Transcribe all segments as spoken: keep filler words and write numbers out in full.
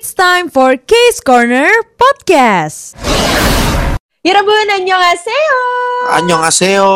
It's time for Case Corner Podcast. 여러분 안녕하세요. Annyeonghaseyo.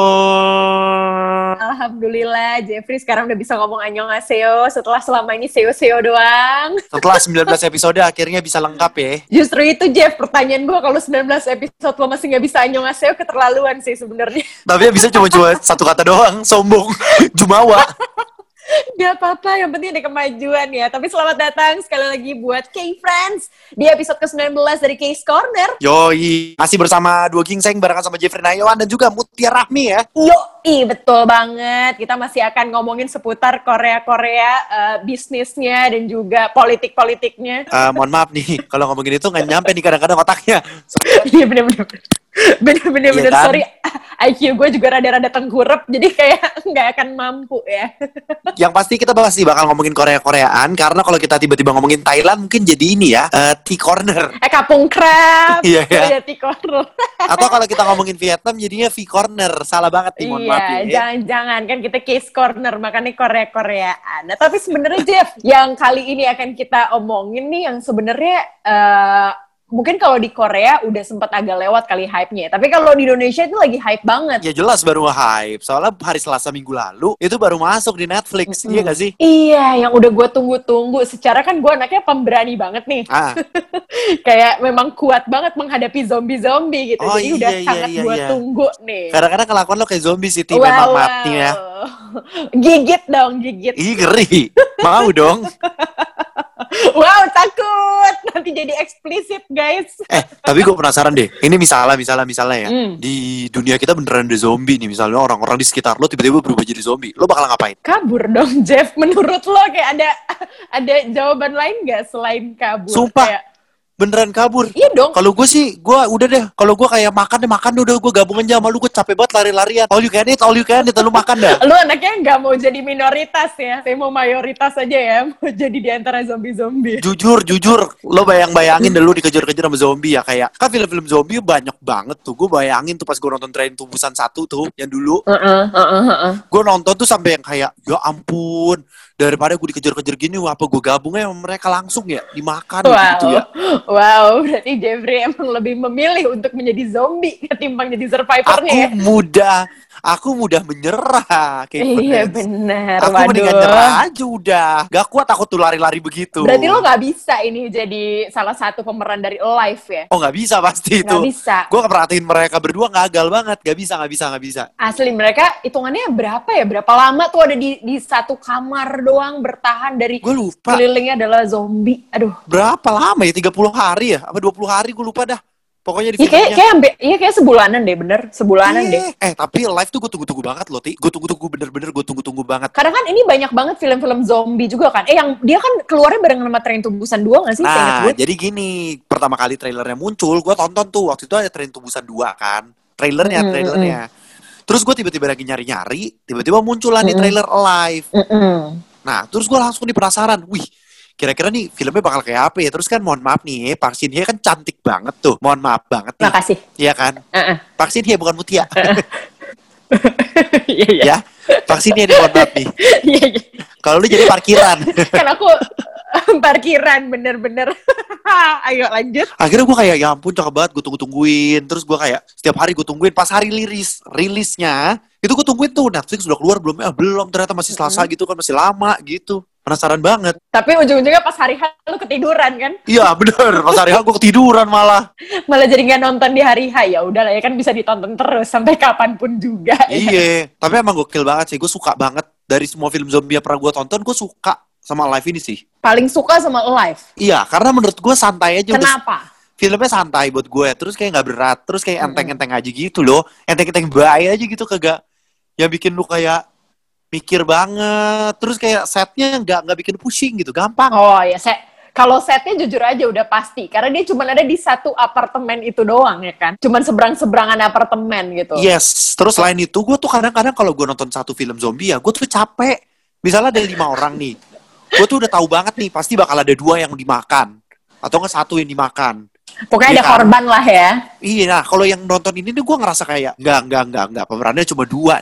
Alhamdulillah Jeffrey sekarang udah bisa ngomong annyeonghaseyo setelah selama ini seo-seo doang. Setelah sembilan belas episode akhirnya bisa lengkap ya. Justru itu Jeff, pertanyaan gue kalau sembilan belas episode lo masih gak bisa annyeonghaseyo keterlaluan sih sebenarnya. Tapi ya bisa cuma-cuma satu kata doang, sombong, jumawa. Gak apa-apa, yang penting ada kemajuan ya. Tapi selamat datang sekali lagi buat K-Friends di episode ke sembilan belas dari Case Corner. Yoi, masih bersama dua gingseng barengan sama Jeffrey Nayawan dan juga Mutia Rahmi ya. Yoi, betul banget. Kita masih akan ngomongin seputar Korea-Korea, uh, bisnisnya dan juga politik-politiknya. Uh, mohon maaf nih, kalau ngomongin itu nggak nyampe nih kadang-kadang otaknya. Iya bener-bener. Bener-bener, Iya kan? sorry. I Q gue juga rada-rada tengkurap, jadi kayak nggak akan mampu ya. Yang pasti kita pasti bakal ngomongin Korea-Koreaan, karena kalau kita tiba-tiba ngomongin Thailand mungkin jadi ini ya, uh, T-corner. Eh, kapung crab. Iya, iya. Jadi corner. Atau kalau kita ngomongin Vietnam jadinya V-corner. Salah banget nih, mohon maaf Iya, ya. jangan-jangan kan kita case corner, makanya Korea-Koreaan. Nah, tapi sebenarnya Jeff, yang kali ini akan kita omongin nih, yang sebenarnya uh, mungkin kalau di Korea udah sempat agak lewat kali hype-nya. Tapi kalau di Indonesia itu lagi hype banget. Ya jelas baru hype. Soalnya hari Selasa minggu lalu itu baru masuk di Netflix. Mm-hmm. Iya gak sih? Iya, yang udah gue tunggu-tunggu. Secara kan gue anaknya pemberani banget nih. Ah. Kayak memang kuat banget menghadapi zombie-zombie gitu. Oh, Jadi iya, udah iya, sangat iya, gue iya. tunggu nih. Kadang-kadang kelakuan lo kayak zombie sih, Ti. Wow, Memang wow. maaf nih ya. Gigit dong, gigit. Ih, ngeri. Mau dong. Wow, takut. Nanti jadi eksplisit, guys. Eh, tapi gue penasaran deh. Ini misalnya, misalnya, misalnya ya. Hmm. Di dunia kita beneran ada zombie nih. Misalnya orang-orang di sekitar lo tiba-tiba berubah jadi zombie. Lo bakal ngapain? Kabur dong, Jeff. Menurut lo kayak ada ada jawaban lain nggak selain kabur? Sumpah. Kayak, Beneran kabur. iya dong. Kalau gue sih, gue udah deh. Kalau gue kayak makan deh, makan udah gue gabung aja sama lu. Gue capek banget lari-larian. All you can eat, all you can eat. Lu makan dah. Lu anaknya nggak mau jadi minoritas ya? Saya mau mayoritas aja ya. Mau jadi di antara zombie-zombie. Jujur, jujur, lo bayang-bayangin deh lo dikejar-kejar sama zombie ya. Kayak, kan film-film zombie banyak banget tuh. Gue bayangin tuh pas gue nonton Train to Busan satu tuh, yang dulu. Heeh, heeh, heeh. Gue nonton tuh sampai yang kayak, ya ampun, daripada gue dikejar-kejar gini, apa gue gabungnya sama mereka langsung ya, dimakan Wow, gitu ya. wow, berarti Jeffrey emang lebih memilih untuk menjadi zombie ketimbang jadi survivornya Aku ya? mudah, aku mudah menyerah. Kayak Iya friends. benar, Aku mendingan nyerah aja udah. Gak kuat aku tuh lari-lari begitu. Berarti lo gak bisa ini jadi salah satu pemeran dari Alive ya? Oh gak bisa pasti itu. Gak bisa. Gue perhatiin mereka berdua gagal banget. Gak bisa, gak bisa, gak bisa. Asli mereka hitungannya berapa ya? Berapa lama tuh ada di di satu kamar doang bertahan dari Gue lupa. kelilingnya adalah zombie. Aduh. Berapa lama ya? tiga puluh hari ya? Apa dua puluh hari? Gue lupa dah. Pokoknya di Iya kayak filmnya. kayak ambe- iya kayak sebulanan deh, bener. Sebulanan Iya. deh. Eh tapi live tuh gue tunggu-tunggu banget loh, Ti. Gue tunggu-tunggu bener-bener gue tunggu-tunggu banget. Karena kan ini banyak banget film-film zombie juga kan. Eh yang dia kan keluarnya bareng sama Train to Busan dua gak sih? Seingat Nah, gue. jadi gini, pertama kali trailernya muncul, gue tonton tuh. Waktu itu ada Train to Busan dua kan. Trailernya, Mm-mm, trailernya. Terus gue tiba-tiba lagi nyari-nyari, tiba-tiba muncul lah nih Mm-mm. trailer Alive. Mm-mm. Nah, terus gue langsung nih penasaran, wih, kira-kira nih filmnya bakal kayak apa ya? Terus kan mohon maaf nih, Park Shin Hye kan cantik banget tuh. Mohon maaf banget nih. Makasih. Iya kan? Uh-uh. Park Shin Hye bukan Mutia. Iya iya. Ya, Park Shin Hye nih mohon maaf nih. Iya iya. Kalau lu jadi parkiran. Kan aku parkiran bener-bener. Ayo lanjut. Akhirnya gue kayak, ya ampun cakep banget, gue tunggu-tungguin. Terus gue kayak, setiap hari gue tungguin. Pas hari rilis, rilisnya, itu gue tungguin tuh, Netflix udah keluar belum? Eh belum, ternyata masih Selasa gitu kan, masih lama gitu. Penasaran banget. Tapi ujung-ujungnya pas hari H lu ketiduran kan? Iya bener, pas hari H gue ketiduran malah. Malah jadi nggak nonton di hari H. Ya udahlah ya kan bisa ditonton terus sampai kapanpun juga. Iya, tapi emang gokil banget sih. Gue suka banget dari semua film zombie yang pernah gue tonton, gue suka sama Live ini sih. Paling suka sama Alive. Iya, karena menurut gue santai aja. Udah, Kenapa? filmnya santai buat gue, terus kayak nggak berat, terus kayak Mm-mm. enteng-enteng aja gitu loh, enteng-enteng baik aja gitu, kagak yang bikin lu kayak mikir banget, terus kayak setnya nggak nggak bikin pusing gitu, gampang. Oh ya, saya kalau setnya jujur aja udah pasti, karena dia cuma ada di satu apartemen itu doang ya kan, cuman seberang-seberangan apartemen gitu. Yes, terus selain itu gue tuh kadang-kadang kalau gue nonton satu film zombie ya, gue tuh capek. Misalnya ada lima orang nih, gue tuh udah tahu banget nih pasti bakal ada dua yang dimakan, atau nggak satu yang dimakan. Pokoknya Iya ada kan? korban lah ya. Iya, nah kalau yang nonton ini nih gue ngerasa kayak nggak nggak nggak nggak pemerannya cuma dua nih.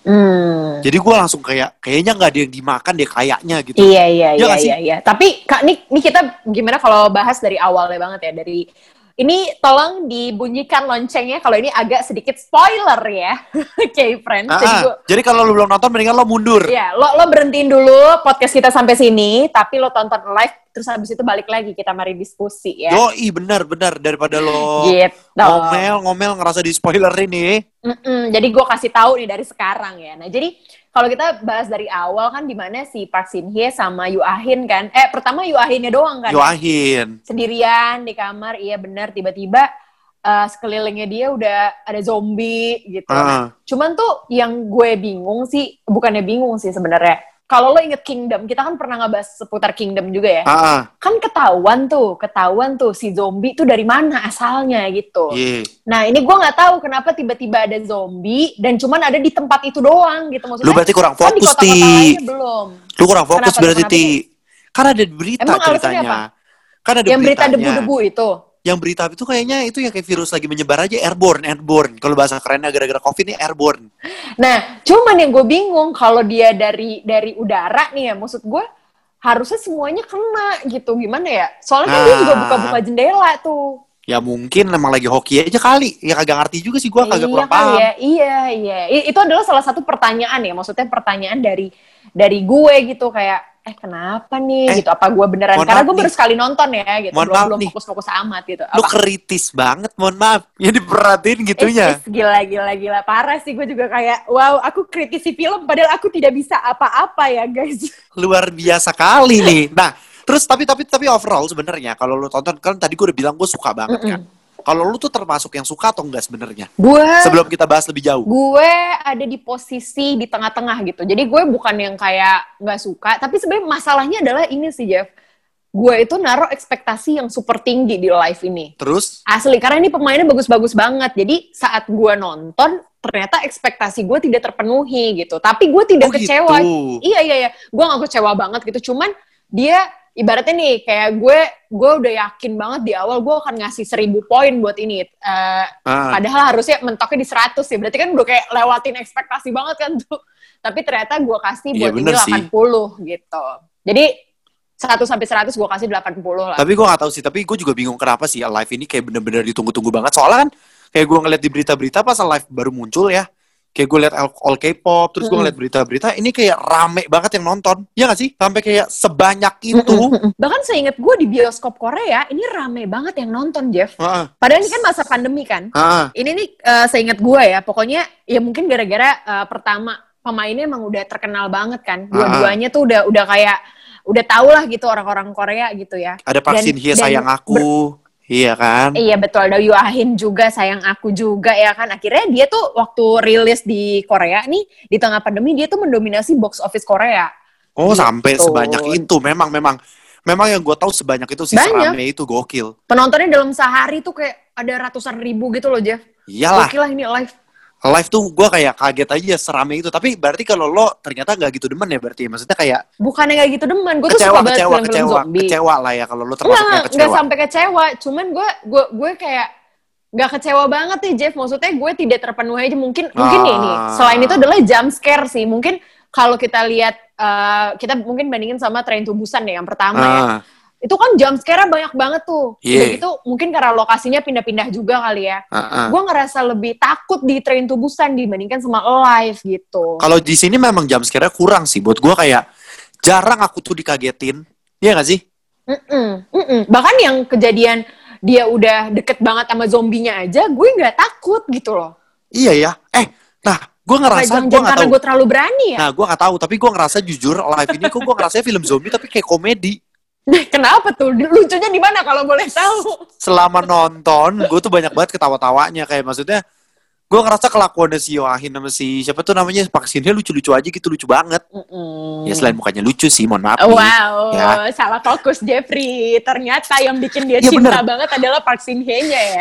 Hmm. Jadi gue langsung kayak kayaknya nggak ada yang dimakan deh kayaknya gitu. Iya iya Ya iya nggak sih? iya iya. Tapi Kak, nih nih kita gimana kalau bahas dari awalnya banget ya, dari ini tolong dibunyikan loncengnya kalau ini agak sedikit spoiler ya. Oke, friends. Ah, Jadi ah. gua Jadi kalau lu belum nonton mendingan lo mundur. ya, lo lo berhentiin dulu podcast kita sampai sini, tapi lo tonton live terus habis itu balik lagi kita mari diskusi ya. Yoi, benar-benar daripada lo Gitu. ngomel-ngomel ngerasa di spoiler ini. Mm-mm, jadi gue kasih tahu nih dari sekarang ya. Nah, jadi kalau kita bahas dari awal kan, di mana si Park Shin Hye sama Yoo Ah Hin kan. Eh, pertama Yoo Ah Hinnya doang kan. Yoo Ah Hin. Sendirian di kamar, iya benar, tiba-tiba uh, sekelilingnya dia udah ada zombie gitu. Ah. Nah, cuman tuh yang gue bingung sih, bukannya bingung sih sebenarnya. Kalau lo inget Kingdom, kita kan pernah ngebahas seputar Kingdom juga ya. Ah, ah. Kan ketahuan tuh, ketahuan tuh si zombie tuh dari mana asalnya gitu. Iya. Nah, ini gue nggak tahu kenapa tiba-tiba ada zombie dan cuman ada di tempat itu doang gitu. Maksudnya Lu berarti kurang kan di fokus, kota-kota Ti. lainnya belum. Lu kurang fokus Kenapa, berarti, kenapa, Ti. Kan ada berita Emang alasannya ceritanya. apa? Kan ada Yang berita beritanya. debu-debu itu. Yang berita itu kayaknya itu yang kayak virus lagi menyebar aja, airborne, airborne. Kalau bahasa kerennya gara-gara COVID ini airborne. Nah, cuman yang gue bingung kalau dia dari dari udara nih ya, maksud gue harusnya semuanya kena gitu. Gimana ya? Soalnya kan dia Nah. juga buka-buka jendela tuh. Ya mungkin emang lagi hoki aja kali. Ya kagak ngerti juga sih, gue kagak Iya kurang kali paham. ya, iya iya. I- Itu adalah salah satu pertanyaan ya, maksudnya pertanyaan dari dari gue gitu, kayak eh kenapa nih Eh, gitu, apa gue beneran, mohon karena maaf gue baru nih. sekali nonton ya gitu, Mohon belum maaf belum nih. fokus-fokus amat gitu. Lu Apa? kritis banget, mohon maaf. Ya diperhatiin gitunya. Is, is, gila gila gila parah sih, gue juga kayak wow, aku kritisi film padahal aku tidak bisa apa-apa ya guys. Luar biasa kali nih. Nah, terus tapi tapi tapi overall sebenarnya kalau lu tonton, kan tadi gue udah bilang gue suka banget kan. Kalau lu tuh termasuk yang suka atau enggak sebenarnya? Gue Sebelum kita bahas lebih jauh. gue ada di posisi di tengah-tengah gitu. Jadi gue bukan yang kayak nggak suka, tapi sebenarnya masalahnya adalah ini sih Jeff. Gue itu naruh ekspektasi yang super tinggi di live ini. Terus Asli, karena ini pemainnya bagus-bagus banget. Jadi saat gue nonton, ternyata ekspektasi gue tidak terpenuhi gitu. Tapi gue tidak Oh, kecewa. gitu. Iya, iya, iya. Gue gak kecewa banget gitu. Cuman dia ibaratnya nih, kayak gue gue udah yakin banget di awal gue akan ngasih seribu poin buat ini. Eh, Ah. Padahal harusnya mentoknya di seratus ya. Berarti kan udah kayak lewatin ekspektasi banget kan tuh. Tapi ternyata gue kasih Iya, buat ini bener sih. delapan puluh gitu. Jadi satu sampai seratus gue kasih delapan puluh lah. Tapi gue gak tahu sih, tapi gue juga bingung kenapa sih live ini kayak bener-bener ditunggu-tunggu banget. Soalnya kan kayak gue ngeliat di berita-berita pas live baru muncul ya, kayak gue liat all, all K-pop, terus gue ngeliat berita-berita, ini kayak rame banget yang nonton. Iya gak sih? Sampai kayak sebanyak itu. Bahkan seingat gue di bioskop Korea, ini rame banget yang nonton, Jeff. Heeh. Padahal ini kan masa pandemi kan. Heeh. Ini nih uh, seingat gue ya, pokoknya ya mungkin gara-gara uh, pertama pemainnya emang udah terkenal banget kan. Dua-duanya tuh udah udah kayak udah tau lah gitu orang-orang Korea gitu ya. Ada Park Dan- Shin Hye dan sayang aku. Iya kan? Iya betul, ada Yoo Ah Hin juga sayang aku juga ya kan. Akhirnya dia tuh waktu rilis di Korea nih, di tengah pandemi dia tuh mendominasi box office Korea. Oh, Gitu. sampai sebanyak itu. Memang memang memang yang gue tahu sebanyak itu sih, Banyak. serame itu, gokil. Penontonnya dalam sehari tuh kayak ada ratusan ribu gitu loh, Jeff. Iyalah, Gokil lah ini live. live tuh gue kayak kaget aja serame itu. Tapi berarti kalau lo ternyata nggak gitu demen ya berarti. Maksudnya kayak Bukannya kayak gitu demen, gue tuh kecewa, suka banget kecewa, film-film kecewa, zombie. kecewa lah ya kalau lo termasuk Nggak, yang nggak kecewa. sampai kecewa. Cuman gue gue gue kayak nggak kecewa banget nih Jeff. Maksudnya gue tidak terpenuhi aja. Mungkin mungkin nih, nih. Ah. Selain itu adalah jump scare sih. Mungkin kalau kita lihat eh, kita mungkin bandingin sama Train to Busan deh yang pertama ya. Ah, Itu kan jump scare-nya banyak banget tuh. Iya. Udah gitu mungkin karena lokasinya pindah-pindah juga kali ya. ah, ah. Gue ngerasa lebih takut di Train to Busan dibandingkan sama live gitu. Kalau di sini memang jam scare-nya kurang sih. Buat gue kayak jarang aku tuh dikagetin. Iya gak sih? Mm-mm, mm-mm. Bahkan yang kejadian dia udah deket banget sama zombinya aja, gue nggak takut gitu loh. Iya ya. Eh, nah, gue Nah, ngerasa, gue jangan gak karena tahu. gue terlalu berani ya. Nah, gue gak tahu. Tapi gue ngerasa jujur, live ini kok gue ngerasa film zombie tapi kayak komedi. Kenapa tuh? Lucunya di mana kalau boleh tahu? Selama nonton, gue tuh banyak banget ketawa-tawanya. Kayak maksudnya, gue ngerasa kelakuannya si Yoo Ah Hin sama si siapa tuh namanya Park Shin Hye lucu-lucu aja gitu, lucu banget. Mm-mm. Ya selain mukanya lucu sih, mohon maaf nih. Wow, Ya. salah fokus Jeffrey. Ternyata yang bikin dia Ya, cinta bener. banget adalah Park Shin Hye-nya ya.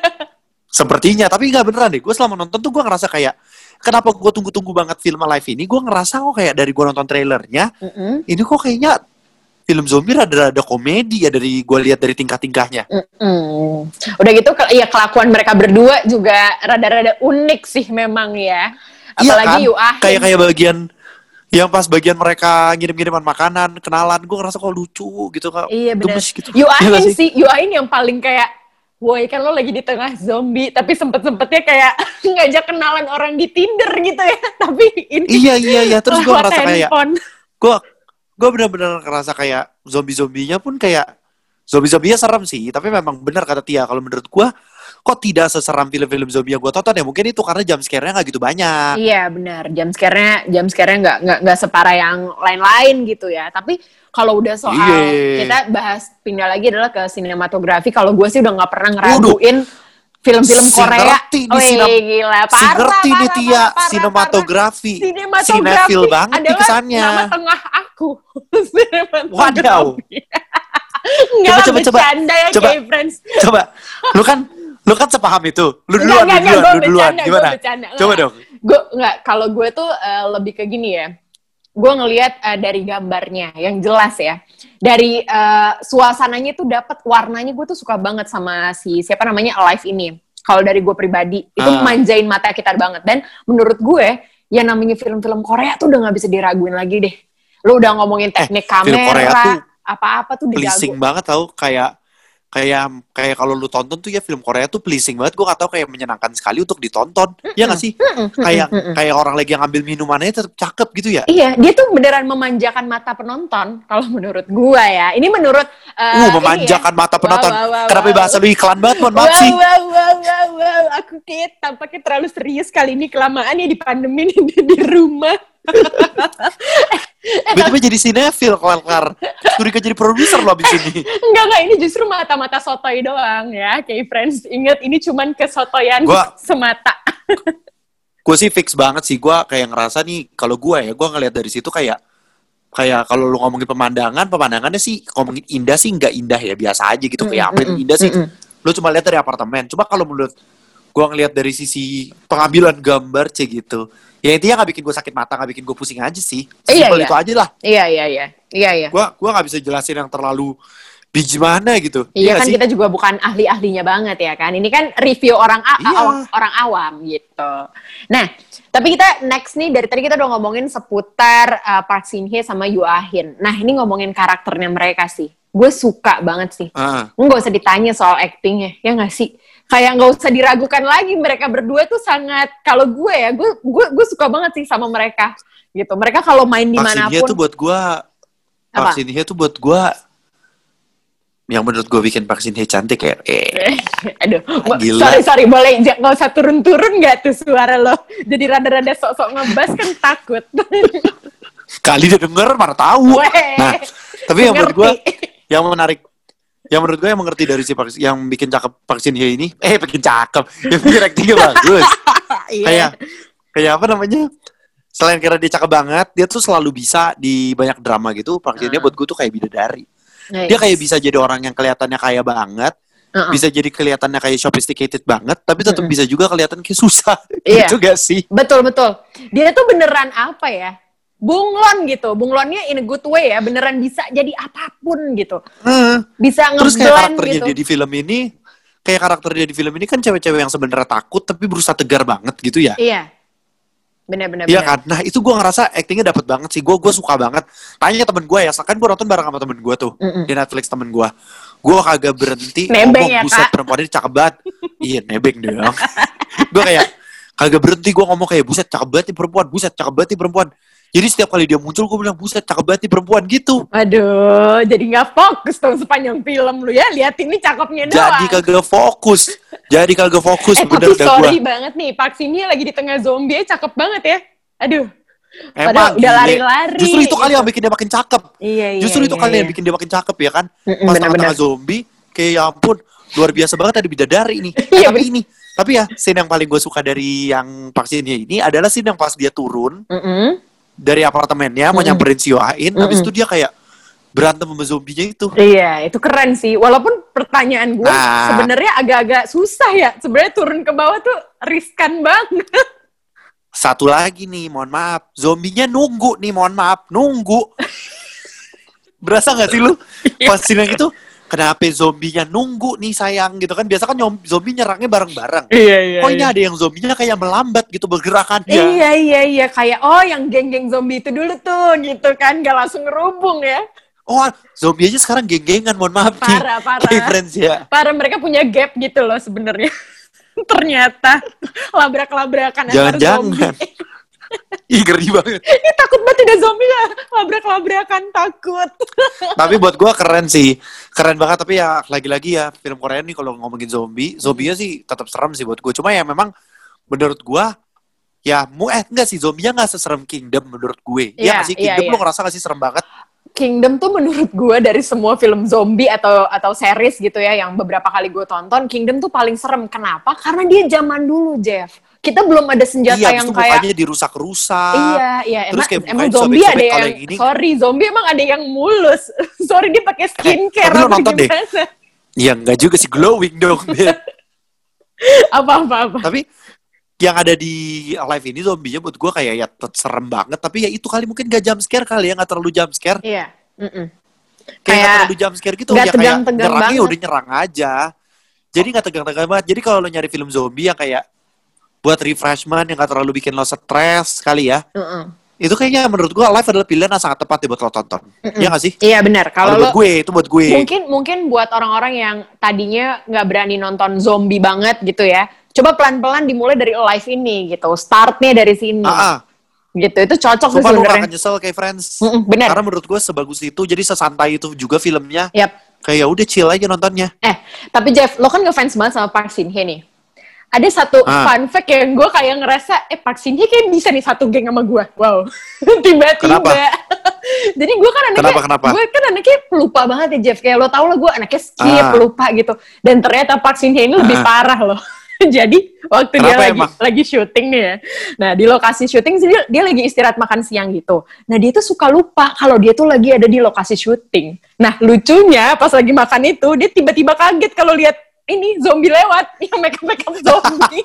Sepertinya, tapi nggak beneran deh. Gue selama nonton tuh gue ngerasa kayak, kenapa gue tunggu-tunggu banget film live ini? Gue ngerasa kok kayak dari gue nonton trailernya, Mm-mm. ini kok kayaknya film zombie rada-rada komedi ya dari gue lihat dari tingkah-tingkahnya. Mm-mm. Udah gitu, ke- ya kelakuan mereka berdua juga rada-rada unik sih memang ya. Apalagi kan? Yuahin. Kayak kayak bagian yang pas bagian mereka ngirim-ngiriman makanan, kenalan, gue ngerasa kok lucu gitu kak. Iya benar. Gitu. Yuahin ya, sih, Yuahin yang paling kayak, woi kan lo lagi di tengah zombie, tapi sempet-sempetnya kayak ngajak kenalan orang di Tinder gitu ya. Tapi ini iya iya iya, terus gue ngerasa kayak, gue gue benar-benar ngerasa kayak zombie-zombinya pun kayak zombie-zombinya serem sih, tapi memang benar kata Tia, kalau menurut gue kok tidak seseram film-film zombie yang gue tonton ya, mungkin itu karena jam scare-nya nggak gitu banyak. Iya benar, jam scare-nya jam scare-nya nggak nggak nggak separah yang lain-lain gitu ya. Tapi kalau udah soal Iye. kita bahas pindah lagi adalah ke sinematografi. Kalau gue sih udah nggak pernah ngeraguin film-film Korea. Oh gila, parah, si ngerti parah, nih Tia, parah, parah, sinematografi, sinematografi sinetfil banget nih kesannya. Nama tengah aku. Wadaw. Nggak coba, coba, bercanda ya coba, kayak friends. Coba, lu kan Lu kan sepaham itu. Lu duluan, enggak, lu duluan, enggak, lu duluan. Bercanda, gimana? Bercanda, Coba dong. Gue enggak, kalau gue tuh uh, lebih ke gini ya. Gue ngelihat uh, dari gambarnya yang jelas ya. Dari uh, suasananya tuh dapat warnanya, gue tuh suka banget sama si siapa namanya Alive ini. Kalau dari gue pribadi, itu uh. manjain mata kita banget. Dan menurut gue, yang namanya film-film Korea tuh udah gak bisa diraguin lagi deh. Lu udah ngomongin teknik eh, kamera, apa-apa tuh dijago. Pleasing banget tau, kayak kayak kayak kalau lu tonton tuh ya film Korea tuh pleasing banget. Gue gak tau, kayak menyenangkan sekali untuk ditonton. Mm-mm. Ya gak sih? Mm-mm. Kayak Mm-mm. kayak orang lagi ngambil minumannya tetap cakep gitu ya. Iya, dia tuh beneran memanjakan mata penonton kalau menurut gue ya. Ini menurut uh, uh memanjakan ya. mata penonton. Wow, wow, wow, Kenapa wow. bahasa lu iklan banget, mohon maaf wow, sih. Wow, wow, wow, wow. Aku kayak tampaknya terlalu serius kali ini, kelamaan ya di pandemi di, di rumah. Betul jadi sinetfil kelar-kelar. Curiga jadi produser lo abis ini. Enggak, enggak. Ini justru mata-mata sotoy doang ya. Kayak friends, ingat ini cuman kesotoyan gua, semata. Gue sih fix banget sih. Gue kayak ngerasa nih, kalau gue ya, gue ngeliat dari situ kayak, kayak kalau lu ngomongin pemandangan, pemandangannya sih, ngomongin indah sih nggak indah ya, biasa aja gitu. Kayak apa indah sih, lu cuma lihat dari apartemen. Cuma kalau menurut gue ngeliat dari sisi pengambilan gambar cek gitu, ya intinya nggak bikin gue sakit mata, nggak bikin gue pusing aja sih. Simpel iya, iya. itu aja lah. Iya iya iya. Iya iya. Gue gue nggak bisa jelasin yang terlalu biji mana gitu. Iya, iya kan sih? Kita juga bukan ahli-ahlinya banget ya kan. Ini kan review orang a- iya. awam, orang awam gitu. Nah, tapi kita next nih, dari tadi kita udah ngomongin seputar uh, Park Shin Hye sama Yuahin. Nah ini ngomongin karakternya mereka sih. Gue suka banget sih. Uh. Nggak usah ditanya soal actingnya, ya nggak sih? Kayak nggak usah diragukan lagi, mereka berdua tuh sangat, kalau gue ya, gue gue gue suka banget sih sama mereka gitu. Mereka kalau main dimanapun. Park Shin Hye tuh buat gue, Park Shin Hye tuh buat gue, yang menurut gue bikin Park Shin Hye cantik ya. Eh, aduh, gila. sorry sorry, boleh nggak usah turun-turun nggak tuh suara lo? Jadi rada-rada sok-sok ngebas kan takut. Kali dia denger mana tahu. Weh, nah, tapi yang menurut gue, yang menarik. Yang menurut gue yang mengerti dari si Park, yang bikin cakep Park Shin Hye ini, eh bikin cakep, yang bikin actingnya bagus. yeah. Kayak, kayak apa namanya? Selain karena dia cakep banget, dia tuh selalu bisa di banyak drama gitu. Park Shin Hye uh. buat gue tuh kayak bidadari. Nice. Dia kayak bisa jadi orang yang kelihatannya kaya banget, uh-uh. bisa jadi kelihatannya kayak sophisticated banget, tapi tetap uh-uh. bisa juga kelihatan kayak susah. Iya. Gitu gak sih? Betul betul. Dia tuh beneran apa ya? Bunglon gitu, bunglonnya in a good way ya, beneran bisa jadi apapun gitu, hmm. bisa nge-blend gitu. Terus kayak karakternya dia di film ini, kayak karakter dia di film ini kan cewek-cewek yang sebenarnya takut tapi berusaha tegar banget gitu ya. Iya, benar-benar. Iya kan, nah itu gue ngerasa actingnya dapet banget sih, gue gue suka banget. Tanya temen gue ya, kan gue nonton bareng sama temen gue tuh Mm-mm. di Netflix temen gue, gue kagak berhenti nebeng ngomong ya, buset perempuan ini cakep banget. Iya nebeng dong. Gue kayak kagak berhenti gue ngomong kayak buset cakep banget nih perempuan, buset cakep banget nih perempuan. Jadi setiap kali dia muncul, gue bilang, buset, cakep banget nih perempuan gitu. Aduh, jadi gak fokus dong sepanjang film lu ya. Lihat ini cakepnya doang. Jadi kagak fokus. Jadi kagak fokus. Eh, bener, tapi sorry gua. banget nih. Park Shin Hye lagi di tengah zombie, cakep banget ya. Aduh. Emang padahal udah lari-lari. Justru itu kali gitu. Yang bikin dia makin cakep. Iya, iya, Justru itu iya, kali iya. yang bikin dia makin cakep ya kan. Pas tengah-tengah zombie, kayak ya ampun, luar biasa banget ada bidadari nih. Eh, tapi ini. Tapi ya, scene yang paling gue suka dari yang Park Shin Hye ini adalah scene yang pas dia turun. Mm-hmm. Dari apartemennya mau nyamperin si Yoain, mm-hmm. habis itu dia kayak berantem sama zombinya itu. Iya, itu keren sih. Walaupun pertanyaan gue nah. sebenarnya agak-agak susah ya. Sebenarnya turun ke bawah tuh riskan banget. Satu lagi nih, mohon maaf, zombinya nunggu nih, mohon maaf, nunggu. Berasa nggak sih lu pas scene yang itu kenapa zombinya nunggu nih sayang gitu kan. Biasa kan nyom- zombie nyerangnya bareng-bareng. Iya, iya. Kok ini ada yang zombinya kayak melambat gitu bergerakannya. Iya, iya, iya. Kayak, oh yang geng-geng zombie itu dulu tuh, gitu kan. Gak langsung ngerubung ya. Oh, zombie aja sekarang geng-gengan, mohon maaf nih. Parah, parah. Kayak friends ya. Parah, mereka punya gap gitu loh sebenarnya. Ternyata labrak-labrakan antar zombie. Jangan-jangan. Ih, ngeri banget. Ih, takut banget ada zombie lah. Labrak-labrakan, takut. Tapi buat gue keren sih. Keren banget, tapi ya lagi-lagi ya film Korea nih kalau ngomongin zombie, zombinya sih tetap serem sih buat gue. Cuma ya memang menurut gue ya mu eh enggak sih, zombinya nggak seserem Kingdom menurut gue. Iya Iya, nggak sih, iya, Kingdom iya. lo ngerasa nggak sih serem banget? Kingdom tuh menurut gue dari semua film zombie atau atau series gitu ya yang beberapa kali gue tonton, Kingdom tuh paling serem. Kenapa? Karena dia zaman dulu, Jeff. Kita belum ada senjata Iya, yang abis itu kayak mukanya dirusak. iya, iya. Terus Emang, kayak emang mukanya zombie sobek-sobek ada kalau yang, yang ini. sorry, zombie emang ada yang mulus. Sorry, dia pakai skincare tapi lo apa nonton deh. gimana? Iya enggak juga sih, glowing dong. Apa-apa-apa. Tapi yang ada di live ini zombinya buat gue kayak ya tet- serem banget. Tapi ya itu kali mungkin gak jump scare kali ya, gak terlalu jump scare. Iya. Mm-mm. Kayak, Kayak gak terlalu jump scare gitu. nggak Ya kayak tegang-tegang nyerangnya banget. udah nyerang aja. Jadi gak tegang-tegang banget. Jadi kalau lo nyari film zombie yang kayak buat refreshment yang gak terlalu bikin lo stres kali ya. Mm-mm. Itu kayaknya menurut gue live adalah pilihan yang sangat tepat ya buat lo tonton. Iya gak sih? Iya benar. Kalau Kalau lo buat gue, itu buat gue. mungkin mungkin buat orang-orang yang tadinya nggak berani nonton zombie banget gitu ya, coba pelan-pelan dimulai dari live ini gitu, startnya dari sini, Ah, ah. gitu. Itu cocok sih Sumpah lo gak sebenarnya. akan nyesel kayak Friends. Mm-mm, benar. Karena menurut gue sebagus itu. Jadi sesantai itu juga filmnya. Yap. Kayak ya udah chill aja nontonnya. Eh, tapi Jeff, lo kan ngefans banget sama Park Shin Hye nih. Ada satu Ah. fun fact yang gue kayak ngerasa, eh Park Shin Hye kayak bisa nih satu geng sama gue. Wow. Tiba-tiba. Kenapa? Jadi gue kan anaknya, Kenapa, kenapa? gue kan anaknya pelupa banget ya Jeff. Kayak lo tau lah gue anaknya skip, Ah. pelupa gitu. Dan ternyata Park Shin Hye ini lebih Ah. parah loh. Jadi waktu dia Kenapa lagi emang? lagi syuting nih ya. Nah di lokasi syuting sih dia, dia lagi istirahat makan siang gitu. Nah dia tuh suka lupa kalau dia tuh lagi ada di lokasi syuting. Nah lucunya pas lagi makan itu dia tiba-tiba kaget kalau lihat ini zombie lewat yang make up make up zombie.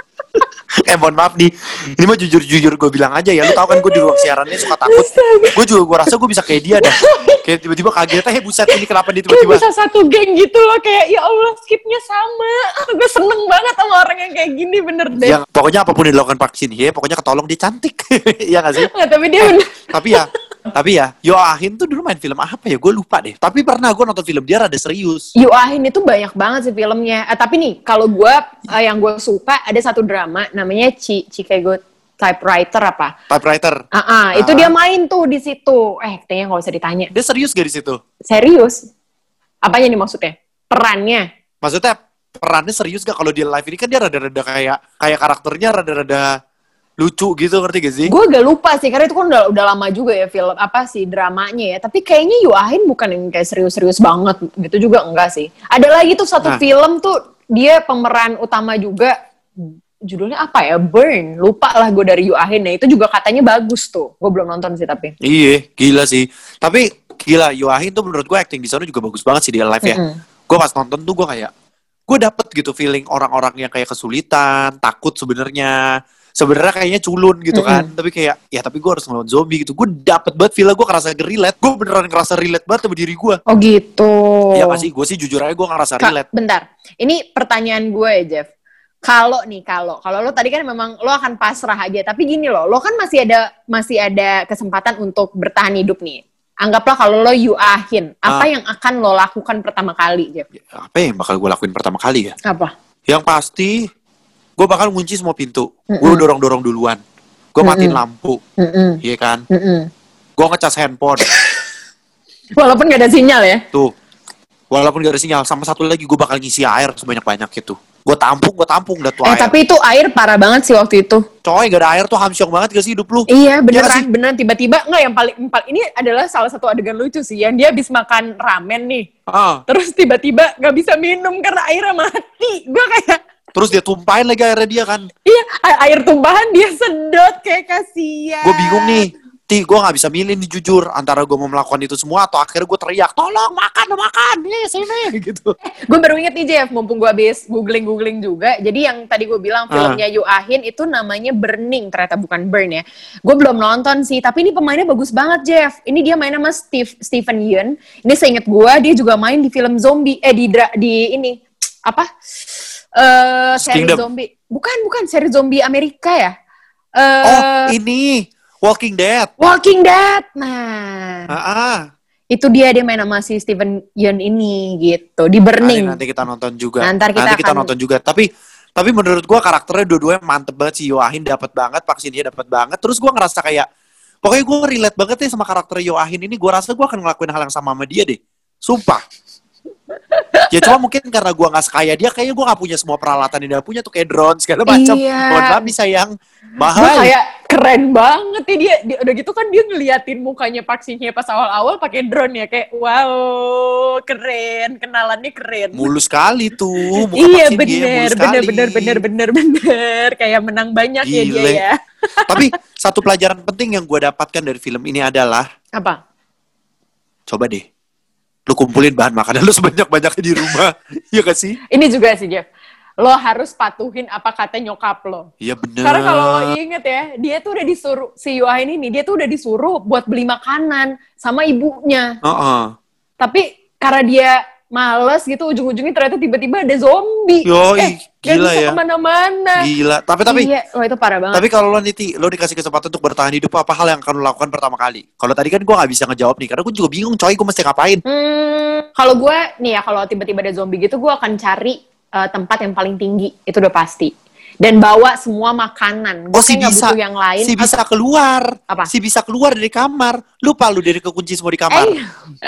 Eh mohon maaf nih, ini mah jujur-jujur gue bilang aja ya. Lu tau kan gue di ruang siarannya suka takut. Gue juga gue rasa gue bisa kayak dia dah. Kayak tiba-tiba kaget, eh buset ini kenapa dia Kayak tiba-tiba. bisa satu geng gitu loh, kayak ya Allah skipnya sama. Gue seneng banget sama orang yang kayak gini, bener deh. Yang pokoknya apapun yang dilakukan Park Shin Hye, pokoknya ketolong dia cantik. Iya gak sih? Nggak, tapi dia bener. Tapi ya, tapi ya, Yo Ah Hin tuh dulu main film apa ya? Gue lupa deh. Tapi pernah gue nonton film dia rada serius. Yu Ah Hin itu banyak banget sih filmnya. Eh, tapi nih, kalau gue eh, yang gue suka ada satu drama namanya Chi Chicago Typewriter apa? Typewriter. Ah, ah, itu Ah. dia main tuh di situ. Eh, kayaknya nggak usah ditanya. Dia serius gak di situ? Serius? Apanya nih maksudnya? Perannya? Maksudnya perannya serius gak? Kalau dia live ini kan dia rada-rada kayak kayak karakternya rada-rada lucu gitu, ngerti gak sih? Gue agak lupa sih, karena itu kan udah, udah lama juga ya film apa sih dramanya ya. Tapi kayaknya Yu Ah Hin bukan yang kayak serius-serius banget gitu juga enggak sih. Ada lagi tuh satu Nah. film tuh dia pemeran utama juga, judulnya apa ya? Burn. Lupa lah gue dari Yu Ah Hin. Nah itu juga katanya bagus tuh. Gue belum nonton sih tapi. Iya, gila sih. Tapi gila, Yo Ah Hin tuh menurut gue acting di sana juga bagus banget sih dia live ya. Mm-mm. Gue pas nonton tuh gue kayak, gue dapet gitu feeling orang-orang yang kayak kesulitan, takut sebenarnya. Sebenarnya kayaknya culun gitu kan, tapi kayak ya tapi gue harus ngelawan zombie gitu. Gue dapet banget feel gue ngerasa relate. Gue beneran ngerasa relate banget sama diri gue. Oh gitu. Iya gak sih? Gue sih jujur aja gue ngerasa Kak, relate. bentar. Ini pertanyaan gue ya, Jeff. Kalau nih, kalau kalau lo tadi kan memang lo akan pasrah aja, tapi gini loh, lo kan masih ada masih ada kesempatan untuk bertahan hidup nih. Anggaplah kalau lo Yu Ah Hin, apa Ah. yang akan lo lakukan pertama kali, Jeff? Apa yang bakal gue lakuin pertama kali ya? Apa? Yang pasti gue bakal ngunci semua pintu. Mm-mm. Gue dorong-dorong duluan. Gue matiin Mm-mm. lampu. Mm-mm. Iya kan? Mm-mm. Gue ngecas handphone. Walaupun gak ada sinyal ya. Tuh. Walaupun gak ada sinyal. Sama satu lagi gue bakal ngisi air sebanyak-banyak gitu. Gue tampung, gue tampung dah tuh Eh air. tapi itu air parah banget sih waktu itu. Coy, gak ada air tuh hamsyong banget gak sih hidup lu? Iya nggak beneran, sih? beneran tiba-tiba nggak yang paling paling ini adalah salah satu adegan lucu sih, yang dia habis makan ramen nih, Ah. terus tiba-tiba nggak bisa minum karena airnya mati. Gue kayak, Terus dia tumpahin lagi airnya dia kan. iya a- air tumpahan dia sedot kayak kasihan. Gue bingung nih. Ti, gue gak bisa milih nih jujur antara gue mau melakukan itu semua atau akhirnya gue teriak, tolong makan, makan, nih sini gitu. Gue baru inget nih Jeff, mumpung gue habis googling-googling juga. Jadi yang tadi gue bilang filmnya Yu Ah-hin itu namanya Burning, ternyata bukan Burn ya. Gue belum nonton sih, tapi ini pemainnya bagus banget Jeff. Ini dia mainnya sama Steve, Steven Yeun. Ini seinget gue, dia juga main di film zombie, eh di dra, di ini, apa? Uh, seri zombie. Bukan, bukan, seri zombie Amerika ya. Uh, oh, ini Walking Dead. Walking Dead. Nah. Ah. Itu dia dia main sama si Steven Yeun ini gitu. Di Burning. Nanti, nanti kita nonton juga. Nanti kita, nanti kita akan... nonton juga. Tapi tapi menurut gua karakternya dua-duanya mantep banget. Si Yu Ah-hin dapat banget, Park Shin Hye dapat banget. Terus gua ngerasa kayak pokoknya gua relate banget nih sama karakter Yu Ah-hin ini. Gua rasa gua akan ngelakuin hal yang sama sama dia deh. Sumpah. Ya cuma mungkin karena gue gak sekaya dia, kayaknya gue gak punya semua peralatan yang dia punya tuh, kayak drone segala macam. Iya. Mohon maaf nih sayang, mahal. Gue kayak keren banget ya dia, dia. Udah gitu kan dia ngeliatin mukanya Park Shin Hye pas awal-awal pakai drone ya, kayak wow keren, kenalannya keren. Mulus sekali tuh muka iya, Park Shin Hye, mulus bener, sekali. bener, bener, bener, bener, kayak menang banyak. Gile. Ya dia ya. Tapi satu pelajaran penting yang gue dapatkan dari film ini adalah apa? Coba deh, lu kumpulin bahan makanan lu sebanyak-banyaknya di rumah. Iya gak sih? Ini juga sih Jeff, lo harus patuhin apa kata nyokap lo. Iya bener. Karena kalau lo inget ya, dia tuh udah disuruh, si Yu Ah-hin ini, dia tuh udah disuruh buat beli makanan sama ibunya. Uh-uh. Tapi karena dia males gitu, ujung-ujungnya ternyata tiba-tiba ada zombie. Yoi, eh, gila bisa ya. kemana-mana. Gila. Tapi tapi. Iya, wah itu parah banget. Tapi kalau lo niti, lo dikasih kesempatan untuk bertahan hidup, apa hal yang akan lo lakukan pertama kali? Kalau tadi kan gue nggak bisa ngejawab nih, karena gue juga bingung, coy, gue mesti ngapain? Hmm, kalau gue nih ya, kalau tiba-tiba ada zombie gitu, gue akan cari uh, tempat yang paling tinggi, itu udah pasti. Dan bawa semua makanan. Gue oh, si kayak nggak bisa, butuh yang lain. si bisa keluar. Apa? Si bisa keluar dari kamar. Lupa lu dari kekunci semua di kamar. Eh,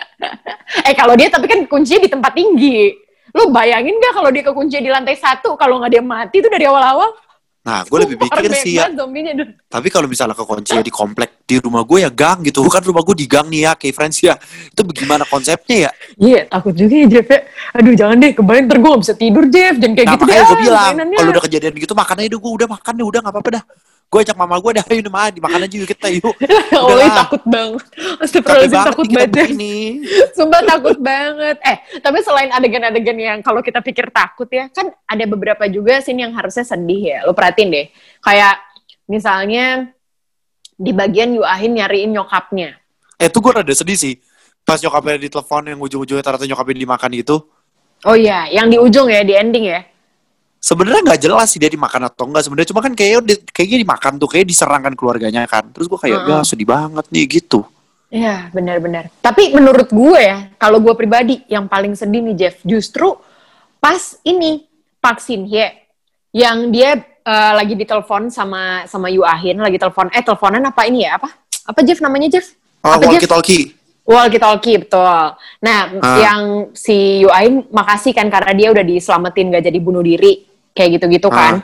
eh kalau dia tapi kan kuncinya di tempat tinggi. Lu bayangin gak kalau dia kekunci di lantai satu, kalau nggak dia mati tuh dari awal-awal? Nah, gue lebih pikir sih ya. Tapi kalau misalnya kekunci di komplek di rumah gue ya gang gitu. Kan rumah gue di gang nih ya, kayak friends ya. Itu bagaimana konsepnya ya? Iya, yeah, takut juga ya Jeff ya. Aduh jangan deh, kebayang ntar gue gak bisa tidur Jeff. Jangan kayak nah, gitu makanya deh. gue bilang, kalau udah kejadian gitu makannya udah gue udah makan deh, udah gak apa-apa dah. Gue ajak mama gue dah, ayo nih dimakan aja yuk kita yuk. Oh, takut banget. Astagfirullahaladzim, takut banget. Sumpah takut banget. Eh, tapi selain adegan-adegan yang kalau kita pikir takut ya, kan ada beberapa juga scene yang harusnya sedih ya. Lo perhatiin deh. Kayak misalnya di bagian Yu Ah-hin nyariin nyokapnya. Eh, itu gue rada sedih sih. Pas nyokapnya ditelepon yang ujung-ujungnya ternyata nyokapnya dimakan itu. Oh iya, yang di ujung ya, di ending ya. Sebenarnya nggak jelas sih dia dimakan atau enggak sebenarnya, cuma kan kayaknya kayaknya dimakan tuh, kayak diserangkan keluarganya kan. Terus gue kayak uh-uh. ya sedih banget nih gitu. Iya benar-benar. Tapi menurut gue ya, kalau gue pribadi yang paling sedih nih Jeff, justru pas ini Park Shin Hye yang dia uh, lagi ditelepon sama sama Yu Ah-hin, lagi telepon eh teleponan apa ini ya apa apa Jeff namanya Jeff? Oh, walkie talkie. Walkie talkie betul. Nah uh. yang si Yu Ah-hin makasih kan karena dia udah diselamatin gak jadi bunuh diri. Kayak gitu-gitu kan. Uh.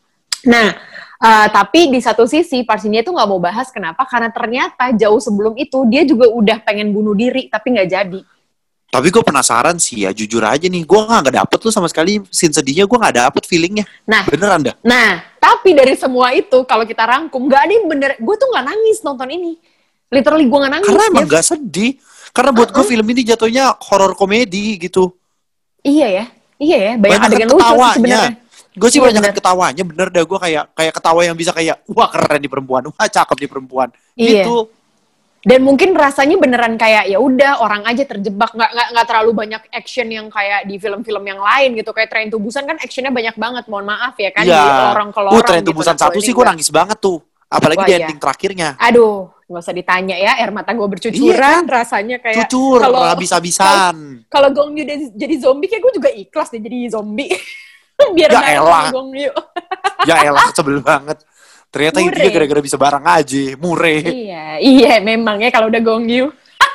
Nah, uh, tapi di satu sisi Park Shin Hye tuh nggak mau bahas kenapa, karena ternyata jauh sebelum itu dia juga udah pengen bunuh diri, tapi nggak jadi. Tapi gue penasaran sih ya, jujur aja nih, gue nggak dapet tuh sama sekali scene sedihnya, gue nggak dapet feelingnya. Nah, beneran dah. Nah, tapi dari semua itu kalau kita rangkum, nggak ada yang bener. Gue tuh nggak nangis nonton ini. Literally gue nggak nangis. Karena emang nggak sedih. Karena buat uh-uh. gue film ini jatuhnya horor komedi gitu. Iya ya, iya ya. Banyak, banyak adegan lucu sih sebenarnya. Gue sih iya, banyak ketawanya, bener dah. Gue kayak kayak ketawa yang bisa kayak, wah keren di perempuan, wah cakep di perempuan. Iya. Gitu. Dan mungkin rasanya beneran kayak ya udah orang aja terjebak, nggak nggak nggak terlalu banyak action yang kayak di film-film yang lain gitu. Kayak Train to Busan kan actionnya banyak banget, mohon maaf ya kan, ya. Di lorong ke lorong. Uh, Train to Busan gitu. Satu sih gue nangis banget tuh, apalagi wah, di ending ya. Terakhirnya. Aduh, nggak usah ditanya ya, air mata gue bercucuran, iya, kan? Rasanya kayak cucur, kalau habis-habisan. Kalau Gong Yu jadi zombie, kayak gue juga ikhlas deh jadi zombie. Biar ya elah. Gong Yu. Ya elah, sebel banget. Ternyata itu juga gara-gara bisa bareng aja, mure. Iya, iya memang ya kalau udah Gong Yu.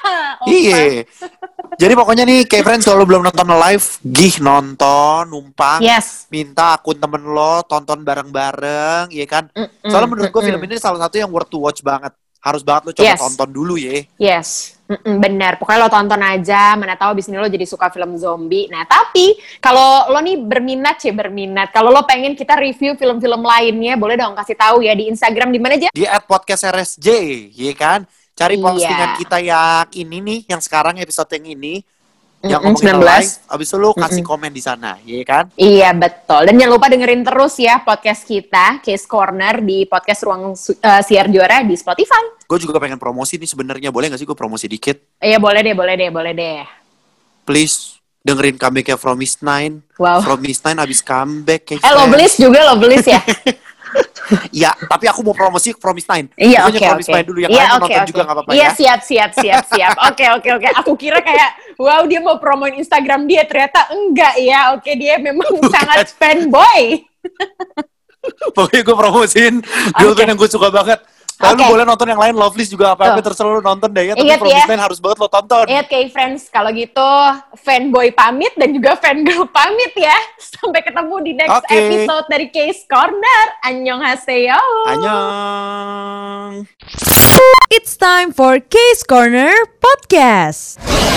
Iya. Jadi pokoknya nih, kayak friends kalau belum nonton live, gih nonton, numpang, yes. Minta akun temen lo, tonton bareng-bareng, iya kan? Mm-mm, Soalnya menurut gue film ini salah satu yang worth to watch banget. harus banget lo coba Yes. tonton dulu ya. Yes, Mm-mm, benar. Pokoknya lo tonton aja, mana tahu abis ini lo jadi suka film zombie. Nah, tapi kalau lo nih berminat ya berminat. Kalau lo pengen kita review film-film lainnya, boleh dong kasih tahu ya di Instagram di mana aja? Di at podcast R S J, ya kan? Cari Iya. postingan kita yang ini nih, yang sekarang episode yang ini. Yang Mm-mm, ngomongin sembilan belas. live, abis itu lo kasih Mm-mm. komen di sana, ya kan? Iya, betul. Dan jangan lupa dengerin terus ya podcast kita, Case Corner, di podcast Ruang Su- eh, Siar Juara di Spotify. Gue juga pengen promosi nih sebenarnya, boleh gak sih gue promosi dikit? Iya, boleh deh, boleh deh, boleh deh. Please, dengerin comebacknya From Is Nine. Wow. From Is Nine abis comeback. kayak Eh, lo fans. belis juga, lo belis ya? Iya, tapi aku mau promosi From Is Nine. Iya, Pokoknya oke, From Is oke. Nine dulu, yang Iya, lain oke, nonton oke. juga gak apa-apa Iya, ya. siap, siap, siap, siap. Oke, oke, oke. Aku kira kayak, wow, dia mau promoin Instagram dia. Ternyata enggak ya. Oke, dia memang sangat fanboy. Pokoknya gue promosiin girl Oke. band yang gue suka banget. Lalu Oke. boleh nonton yang lain, Loveless juga apa-apa Tuh. terserah lu nonton deh ya. Tapi Ingat From ya. Is Nine harus banget lo tonton. Ingat kayak friends, kalau gitu fanboy pamit dan juga fangirl pamit ya. Sampai ketemu di next Oke. episode dari Case Corner. Annyeonghaseyo. Annyeong. It's time for Case Corner Podcast.